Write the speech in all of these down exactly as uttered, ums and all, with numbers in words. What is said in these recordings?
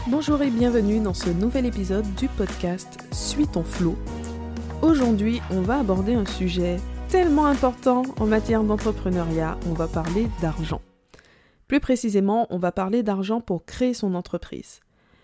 Bonjour et bienvenue dans ce nouvel épisode du podcast Suis ton flow. Aujourd'hui, on va aborder un sujet tellement important en matière d'entrepreneuriat, on va parler d'argent. Plus précisément, on va parler d'argent pour créer son entreprise.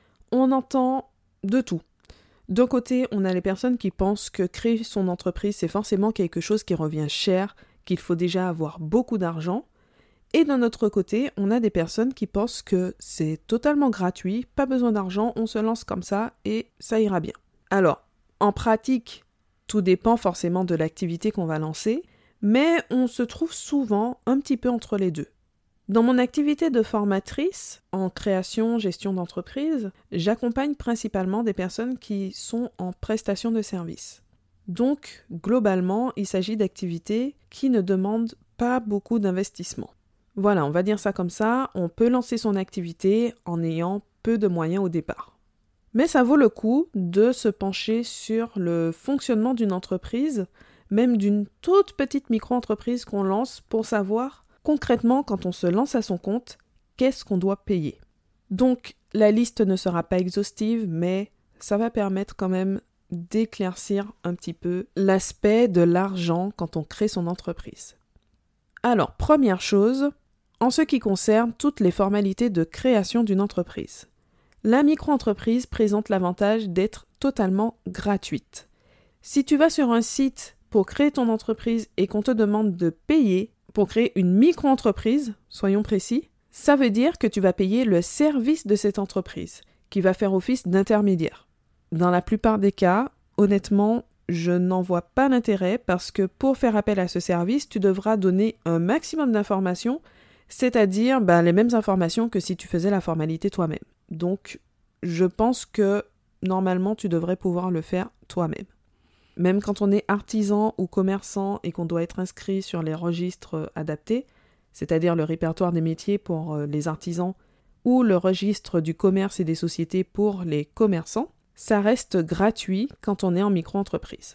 On entend de tout. D'un côté, on a les personnes qui pensent que créer son entreprise, c'est forcément quelque chose qui revient cher, qu'il faut déjà avoir beaucoup d'argent. Et d'un autre côté, on a des personnes qui pensent que c'est totalement gratuit, pas besoin d'argent, on se lance comme ça et ça ira bien. Alors, en pratique, tout dépend forcément de l'activité qu'on va lancer, mais on se trouve souvent un petit peu entre les deux. Dans mon activité de formatrice en création, gestion d'entreprise, j'accompagne principalement des personnes qui sont en prestation de services. Donc, globalement, il s'agit d'activités qui ne demandent pas beaucoup d'investissement. Voilà, on va dire ça comme ça, on peut lancer son activité en ayant peu de moyens au départ. Mais ça vaut le coup de se pencher sur le fonctionnement d'une entreprise, même d'une toute petite micro-entreprise qu'on lance pour savoir concrètement quand on se lance à son compte, qu'est-ce qu'on doit payer. Donc la liste ne sera pas exhaustive, mais ça va permettre quand même d'éclaircir un petit peu l'aspect de l'argent quand on crée son entreprise. Alors, première chose, en ce qui concerne toutes les formalités de création d'une entreprise. La micro-entreprise présente l'avantage d'être totalement gratuite. Si tu vas sur un site pour créer ton entreprise et qu'on te demande de payer pour créer une micro-entreprise, soyons précis, ça veut dire que tu vas payer le service de cette entreprise, qui va faire office d'intermédiaire. Dans la plupart des cas, honnêtement, je n'en vois pas l'intérêt parce que pour faire appel à ce service, tu devras donner un maximum d'informations, c'est-à-dire ben, les mêmes informations que si tu faisais la formalité toi-même. Donc, je pense que normalement, tu devrais pouvoir le faire toi-même. Même quand on est artisan ou commerçant et qu'on doit être inscrit sur les registres adaptés, c'est-à-dire le répertoire des métiers pour les artisans ou le registre du commerce et des sociétés pour les commerçants, ça reste gratuit quand on est en micro-entreprise.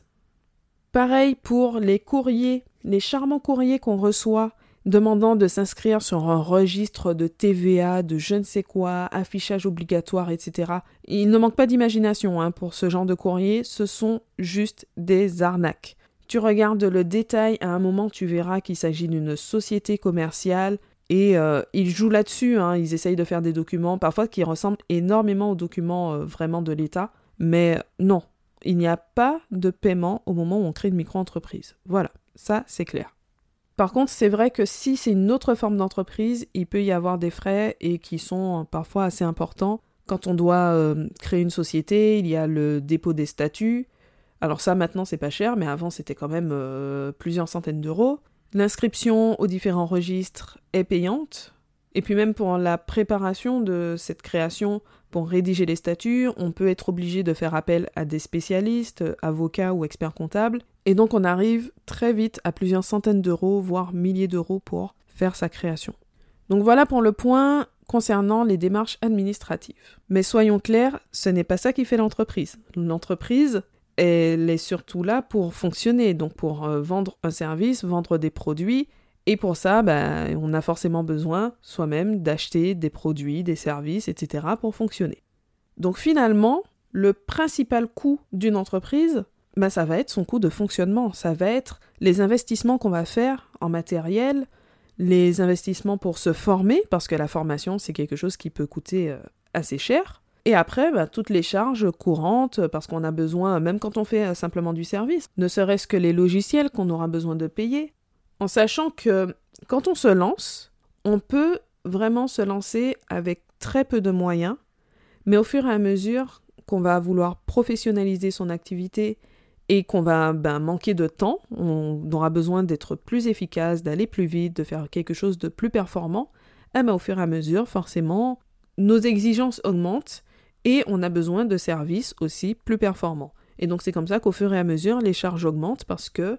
Pareil pour les courriers, les charmants courriers qu'on reçoit demandant de s'inscrire sur un registre de T V A, de je ne sais quoi, affichage obligatoire, et cetera. Il ne manque pas d'imagination hein, pour ce genre de courrier, ce sont juste des arnaques. Tu regardes le détail, à un moment tu verras qu'il s'agit d'une société commerciale et euh, ils jouent là-dessus, hein, ils essayent de faire des documents, parfois qui ressemblent énormément aux documents euh, vraiment de l'État, mais non, il n'y a pas de paiement au moment où on crée une micro-entreprise. Voilà, ça c'est clair. Par contre, c'est vrai que si c'est une autre forme d'entreprise, il peut y avoir des frais et qui sont parfois assez importants. Quand on doit euh, créer une société, il y a le dépôt des statuts. Alors ça, maintenant, c'est pas cher, mais avant, c'était quand même euh, plusieurs centaines d'euros. L'inscription aux différents registres est payante. Et puis même pour la préparation de cette création, pour rédiger les statuts, on peut être obligé de faire appel à des spécialistes, avocats ou experts comptables. Et donc on arrive très vite à plusieurs centaines d'euros, voire milliers d'euros pour faire sa création. Donc voilà pour le point concernant les démarches administratives. Mais soyons clairs, ce n'est pas ça qui fait l'entreprise. L'entreprise, elle est surtout là pour fonctionner, donc pour euh, vendre un service, vendre des produits. Et pour ça, ben, on a forcément besoin soi-même d'acheter des produits, des services, et cetera pour fonctionner. Donc finalement, le principal coût d'une entreprise, ben, ça va être son coût de fonctionnement. Ça va être les investissements qu'on va faire en matériel, les investissements pour se former, parce que la formation, c'est quelque chose qui peut coûter euh, assez cher. Et après, ben, toutes les charges courantes, parce qu'on a besoin, même quand on fait euh, simplement du service, ne serait-ce que les logiciels qu'on aura besoin de payer. En sachant que quand on se lance, on peut vraiment se lancer avec très peu de moyens, mais au fur et à mesure qu'on va vouloir professionnaliser son activité et qu'on va ben, manquer de temps, on aura besoin d'être plus efficace, d'aller plus vite, de faire quelque chose de plus performant, eh ben, au fur et à mesure, forcément, nos exigences augmentent et on a besoin de services aussi plus performants. Et donc c'est comme ça qu'au fur et à mesure, les charges augmentent parce que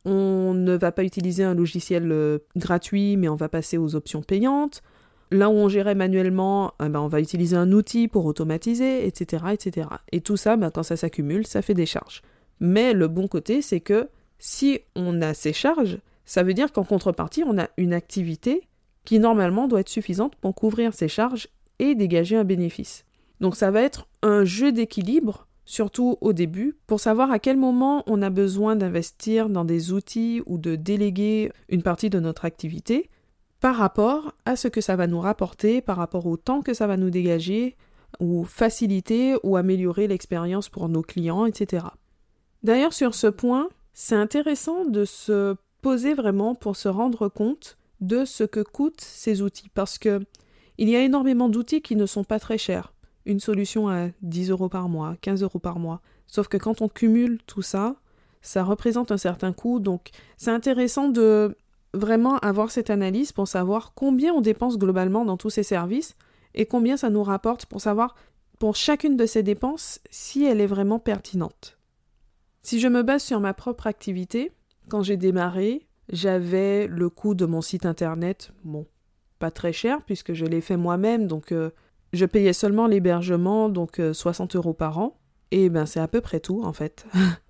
on ne va pas utiliser un logiciel euh, gratuit, mais on va passer aux options payantes. Là où on gérait manuellement, eh ben, on va utiliser un outil pour automatiser, et cetera, et cetera. Et tout ça, ben, quand ça s'accumule, ça fait des charges. Mais le bon côté, c'est que si on a ces charges, ça veut dire qu'en contrepartie, on a une activité qui normalement doit être suffisante pour couvrir ces charges et dégager un bénéfice. Donc ça va être un jeu d'équilibre, surtout au début, pour savoir à quel moment on a besoin d'investir dans des outils ou de déléguer une partie de notre activité par rapport à ce que ça va nous rapporter, par rapport au temps que ça va nous dégager, ou faciliter ou améliorer l'expérience pour nos clients, et cetera. D'ailleurs, sur ce point, c'est intéressant de se poser vraiment pour se rendre compte de ce que coûtent ces outils, parce que il y a énormément d'outils qui ne sont pas très chers. Une solution à dix euros par mois, quinze euros par mois. Sauf que quand on cumule tout ça, ça représente un certain coût. Donc, c'est intéressant de vraiment avoir cette analyse pour savoir combien on dépense globalement dans tous ces services et combien ça nous rapporte pour savoir, pour chacune de ces dépenses, si elle est vraiment pertinente. Si je me base sur ma propre activité, quand j'ai démarré, j'avais le coût de mon site internet, bon, pas très cher puisque je l'ai fait moi-même, donc... Euh, Je payais seulement l'hébergement, donc euh, soixante euros par an, et ben c'est à peu près tout en fait.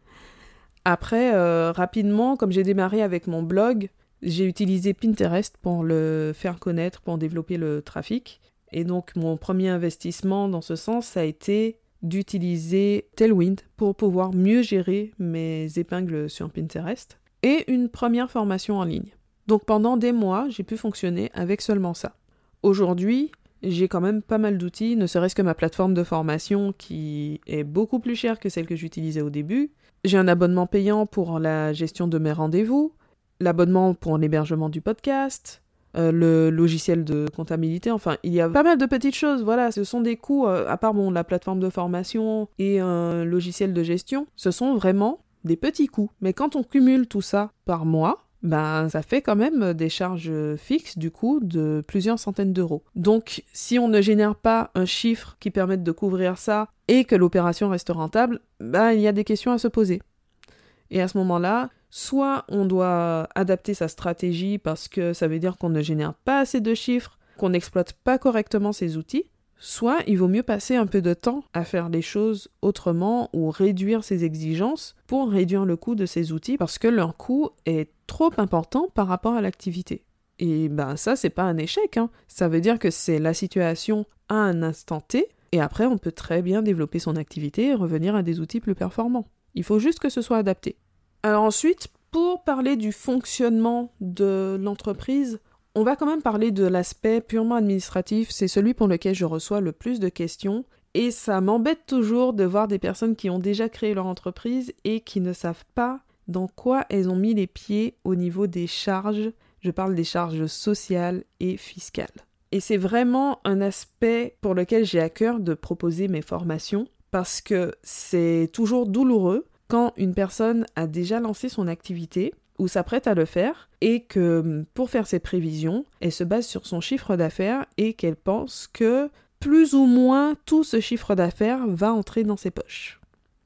Après, euh, rapidement, comme j'ai démarré avec mon blog, j'ai utilisé Pinterest pour le faire connaître, pour développer le trafic. Et donc mon premier investissement dans ce sens, ça a été d'utiliser Tailwind pour pouvoir mieux gérer mes épingles sur Pinterest. Et une première formation en ligne. Donc pendant des mois, j'ai pu fonctionner avec seulement ça. Aujourd'hui, j'ai quand même pas mal d'outils, ne serait-ce que ma plateforme de formation qui est beaucoup plus chère que celle que j'utilisais au début. J'ai un abonnement payant pour la gestion de mes rendez-vous, l'abonnement pour l'hébergement du podcast, euh, le logiciel de comptabilité, enfin, il y a pas mal de petites choses, voilà, ce sont des coûts, euh, à part bon, la plateforme de formation et un logiciel de gestion, ce sont vraiment des petits coûts. Mais quand on cumule tout ça par mois, ben ça fait quand même des charges fixes du coup de plusieurs centaines d'euros. Donc si on ne génère pas un chiffre qui permette de couvrir ça et que l'opération reste rentable, ben il y a des questions à se poser. Et à ce moment-là, soit on doit adapter sa stratégie parce que ça veut dire qu'on ne génère pas assez de chiffres, qu'on n'exploite pas correctement ses outils, soit il vaut mieux passer un peu de temps à faire les choses autrement ou réduire ses exigences pour réduire le coût de ces outils parce que leur coût est trop important par rapport à l'activité. Et ben ça, c'est pas un échec, hein. Ça veut dire que c'est la situation à un instant T et après on peut très bien développer son activité et revenir à des outils plus performants. Il faut juste que ce soit adapté. Alors ensuite, pour parler du fonctionnement de l'entreprise, on va quand même parler de l'aspect purement administratif, c'est celui pour lequel je reçois le plus de questions et ça m'embête toujours de voir des personnes qui ont déjà créé leur entreprise et qui ne savent pas dans quoi elles ont mis les pieds au niveau des charges. Je parle des charges sociales et fiscales. Et c'est vraiment un aspect pour lequel j'ai à cœur de proposer mes formations parce que c'est toujours douloureux quand une personne a déjà lancé son activité ou s'apprête à le faire, et que pour faire ses prévisions, elle se base sur son chiffre d'affaires et qu'elle pense que plus ou moins tout ce chiffre d'affaires va entrer dans ses poches.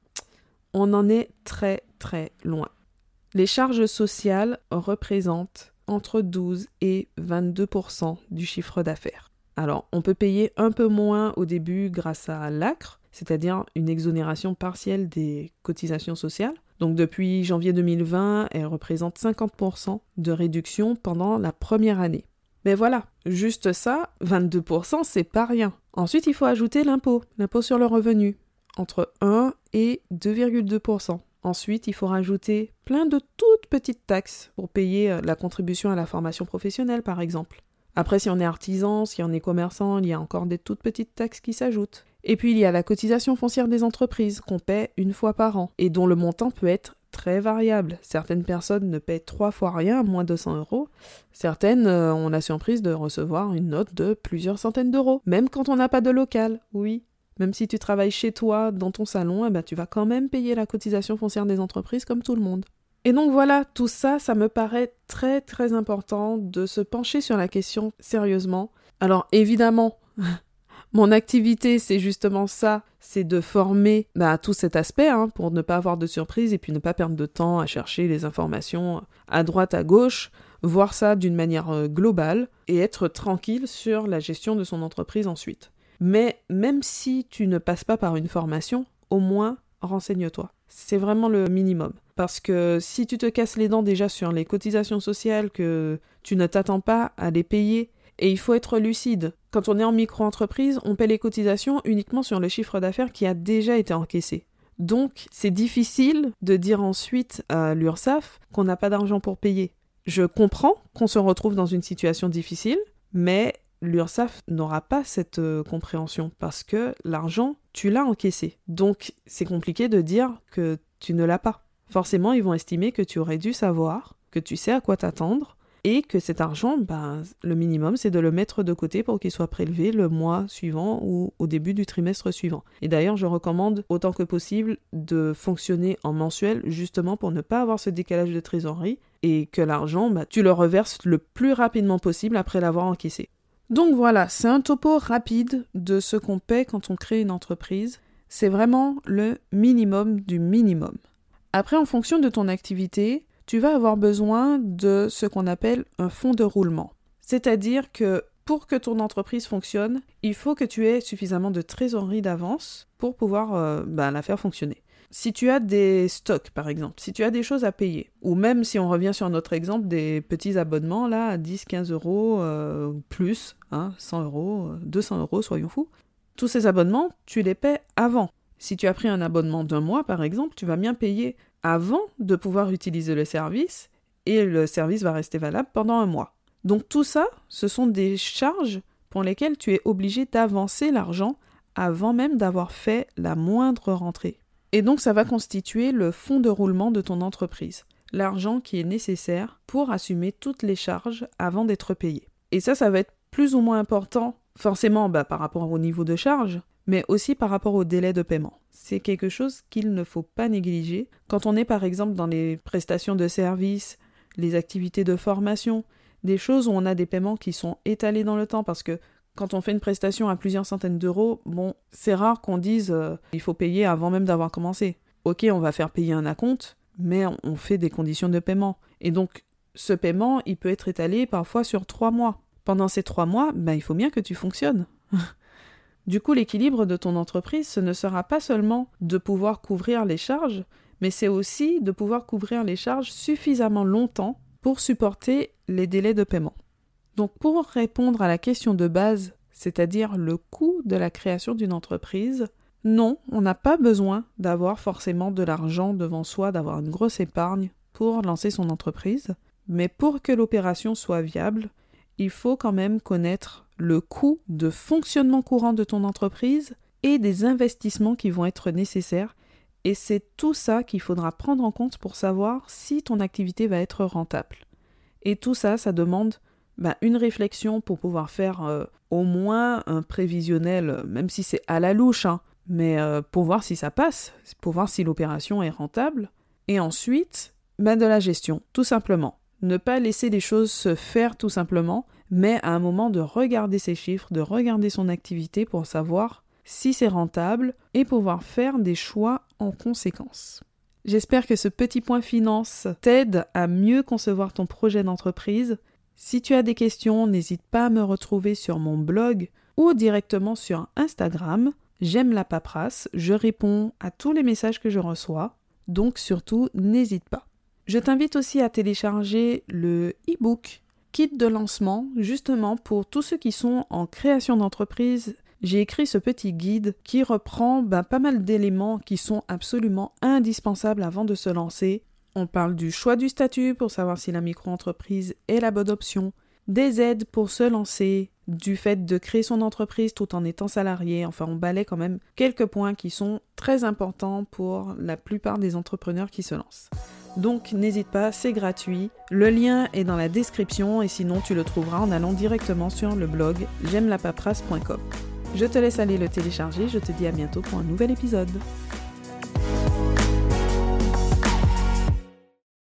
On en est très très loin. Les charges sociales représentent entre douze et vingt-deux pour cent du chiffre d'affaires. Alors, on peut payer un peu moins au début grâce à l'A C R, c'est-à-dire une exonération partielle des cotisations sociales. Donc depuis janvier deux mille vingt, elle représente cinquante pour cent de réduction pendant la première année. Mais voilà, juste ça, vingt-deux pour cent, c'est pas rien. Ensuite, il faut ajouter l'impôt, l'impôt sur le revenu, entre un et deux virgule deux pour cent. Ensuite, il faut rajouter plein de toutes petites taxes pour payer la contribution à la formation professionnelle, par exemple. Après, si on est artisan, si on est commerçant, il y a encore des toutes petites taxes qui s'ajoutent. Et puis, il y a la cotisation foncière des entreprises qu'on paie une fois par an et dont le montant peut être très variable. Certaines personnes ne paient trois fois rien, moins de deux cents euros. Certaines euh, ont la surprise de recevoir une note de plusieurs centaines d'euros, même quand on n'a pas de local, oui. Même si tu travailles chez toi, dans ton salon, eh ben, tu vas quand même payer la cotisation foncière des entreprises comme tout le monde. Et donc voilà, tout ça, ça me paraît très très important de se pencher sur la question sérieusement. Alors évidemment, mon activité, c'est justement ça, c'est de former bah, tout cet aspect hein, pour ne pas avoir de surprise et puis ne pas perdre de temps à chercher les informations à droite, à gauche, voir ça d'une manière euh, globale et être tranquille sur la gestion de son entreprise ensuite. Mais même si tu ne passes pas par une formation, au moins renseigne-toi. C'est vraiment le minimum. Parce que si tu te casses les dents déjà sur les cotisations sociales, que tu ne t'attends pas à les payer, et il faut être lucide. Quand on est en micro-entreprise, on paie les cotisations uniquement sur le chiffre d'affaires qui a déjà été encaissé. Donc, c'est difficile de dire ensuite à l'URSSAF qu'on n'a pas d'argent pour payer. Je comprends qu'on se retrouve dans une situation difficile, mais l'URSSAF n'aura pas cette euh, compréhension parce que l'argent, tu l'as encaissé. Donc, c'est compliqué de dire que tu ne l'as pas. Forcément, ils vont estimer que tu aurais dû savoir, que tu sais à quoi t'attendre et que cet argent, ben, le minimum, c'est de le mettre de côté pour qu'il soit prélevé le mois suivant ou au début du trimestre suivant. Et d'ailleurs, je recommande autant que possible de fonctionner en mensuel justement pour ne pas avoir ce décalage de trésorerie et que l'argent, ben, tu le reverses le plus rapidement possible après l'avoir encaissé. Donc voilà, c'est un topo rapide de ce qu'on paie quand on crée une entreprise. C'est vraiment le minimum du minimum. Après, en fonction de ton activité, tu vas avoir besoin de ce qu'on appelle un fonds de roulement. C'est-à-dire que pour que ton entreprise fonctionne, il faut que tu aies suffisamment de trésorerie d'avance pour pouvoir euh, bah, la faire fonctionner. Si tu as des stocks, par exemple, si tu as des choses à payer, ou même si on revient sur notre exemple des petits abonnements, là, à dix, quinze euros, euh, plus, hein, cent euros, deux cents euros, soyons fous, tous ces abonnements, tu les paies avant. Si tu as pris un abonnement d'un mois, par exemple, tu vas bien payer avant de pouvoir utiliser le service et le service va rester valable pendant un mois. Donc tout ça, ce sont des charges pour lesquelles tu es obligé d'avancer l'argent avant même d'avoir fait la moindre rentrée. Et donc ça va constituer le fonds de roulement de ton entreprise, l'argent qui est nécessaire pour assumer toutes les charges avant d'être payé. Et ça, ça va être plus ou moins important, forcément bah, par rapport au niveau de charge, mais aussi par rapport au délai de paiement. C'est quelque chose qu'il ne faut pas négliger. Quand on est par exemple dans les prestations de services, les activités de formation, des choses où on a des paiements qui sont étalés dans le temps, parce que quand on fait une prestation à plusieurs centaines d'euros, bon, c'est rare qu'on dise euh, il faut payer avant même d'avoir commencé. Ok, on va faire payer un acompte, mais on fait des conditions de paiement. Et donc, ce paiement, il peut être étalé parfois sur trois mois. Pendant ces trois mois, ben, il faut bien que tu fonctionnes. Du coup, l'équilibre de ton entreprise, ce ne sera pas seulement de pouvoir couvrir les charges, mais c'est aussi de pouvoir couvrir les charges suffisamment longtemps pour supporter les délais de paiement. Donc, pour répondre à la question de base, c'est-à-dire le coût de la création d'une entreprise, non, on n'a pas besoin d'avoir forcément de l'argent devant soi, d'avoir une grosse épargne pour lancer son entreprise, mais pour que l'opération soit viable, il faut quand même connaître le coût de fonctionnement courant de ton entreprise et des investissements qui vont être nécessaires. Et c'est tout ça qu'il faudra prendre en compte pour savoir si ton activité va être rentable. Et tout ça, ça demande bah, une réflexion pour pouvoir faire euh, au moins un prévisionnel, même si c'est à la louche, hein, mais euh, pour voir si ça passe, pour voir si l'opération est rentable. Et ensuite, bah, de la gestion, tout simplement. Ne pas laisser les choses se faire tout simplement, mais à un moment de regarder ses chiffres, de regarder son activité pour savoir si c'est rentable et pouvoir faire des choix en conséquence. J'espère que ce petit point finance t'aide à mieux concevoir ton projet d'entreprise. Si tu as des questions, n'hésite pas à me retrouver sur mon blog ou directement sur Instagram. J'aime la paperasse, je réponds à tous les messages que je reçois, donc surtout n'hésite pas. Je t'invite aussi à télécharger le e-book Kit de lancement, justement pour tous ceux qui sont en création d'entreprise. J'ai écrit ce petit guide qui reprend ben, pas mal d'éléments qui sont absolument indispensables avant de se lancer. On parle du choix du statut pour savoir si la micro-entreprise est la bonne option, des aides pour se lancer, du fait de créer son entreprise tout en étant salarié. Enfin, on balaie quand même quelques points qui sont très importants pour la plupart des entrepreneurs qui se lancent. Donc n'hésite pas, c'est gratuit. Le lien est dans la description et sinon tu le trouveras en allant directement sur le blog j'aime la paperasse point com. Je te laisse aller le télécharger, je te dis à bientôt pour un nouvel épisode.